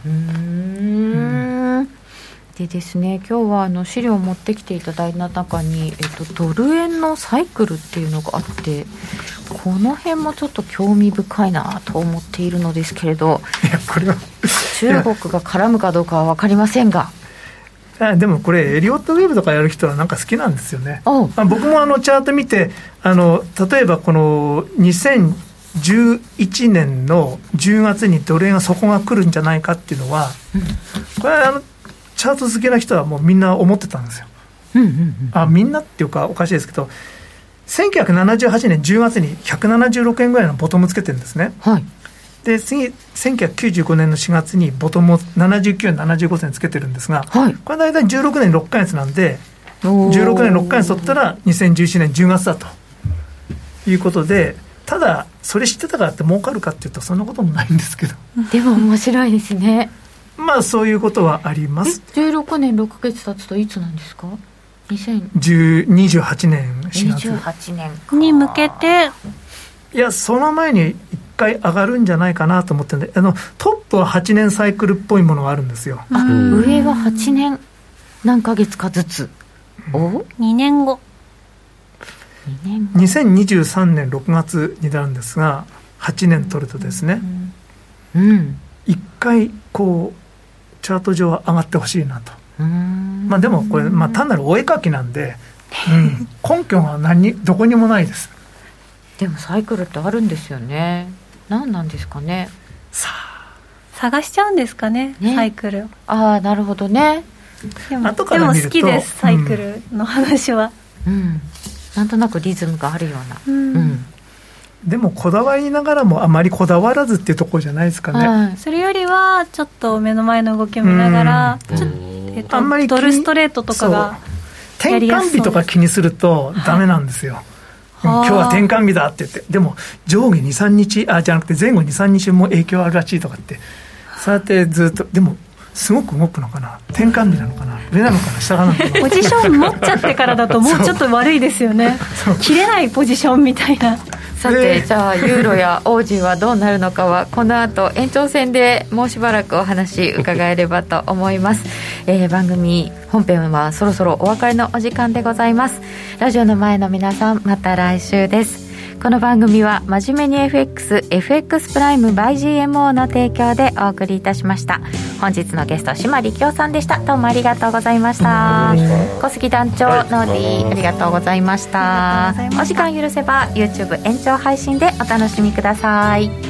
でですね、今日は資料を持ってきていただいた中に、ドル円のサイクルっていうのがあって、この辺もちょっと興味深いなと思っているのですけれど、 これは中国が絡むかどうかは分かりませんが、 でもこれエリオットウェーブとかやる人はなんか好きなんですよね。僕もチャート見て、例えばこの2011年の10月にドル円が底が来るんじゃないかっていうのは、これはチャート好きな人はもうみんな思ってたんですよ。みんなっていうかおかしいですけど、1978年10月に176円ぐらいのボトムつけてるんですね。はい、で次1995年の4月にボトムを79円75銭つけてるんですが、はい、これ大体16年6ヶ月なんで、16年6ヶ月取ったら2017年10月だということで、ただそれ知ってたからって儲かるかっていうとそんなこともないんですけど、 でも面白いですね。 そういうことはあります。 16年6ヶ月経つといつなんですか ？28年4月 28年に向けて、 いやその前に1回上がるんじゃないかなと思ってるんで、トップは8年サイクルっぽいものがあるんですよ。 上が8年何ヶ月かずつ、 2年後 2023年6月になるんですが、8年取るとですね、1回こうチャート上は上がってほしいなと。でもこれ、単なるお絵描きなんで、根拠がどこにもないです。 でもサイクルってあるんですよね。何なんですかね。 探しちゃうんですかね、サイクル。 なるほどね。 でも好きです、サイクルの話は。 なんとなくリズムがあるような。 でもこだわりながらもあまりこだわらずっていうところじゃないですかね。 それよりはちょっと目の前の動きを見ながら、 あんまりドルストレートとかがやりやすそうです。 転換日とか気にするとダメなんですよ。今日は転換日だって言って、でも上下 2,3 日じゃなくて前後 2,3 日も影響あるらしいとかって、そうやってずっと、でもすごく動くのかな、転換日なのかな、上なのかな下なのかなポジション持っちゃってからだともうちょっと悪いですよね。切れないポジションみたいな。 さて、じゃあユーロやオージーはどうなるのかはこの後延長戦でもうしばらくお話伺えればと思います。番組本編はそろそろお別れのお時間でございます。ラジオの前の皆さん、また来週です。この番組は真面目に FX プライム by GMO の提供でお送りいたしました。本日のゲスト島力夫さんでした。どうもありがとうございました。小杉団長、ノーディーありがとうございました。お時間許せば YouTube 延長配信でお楽しみください。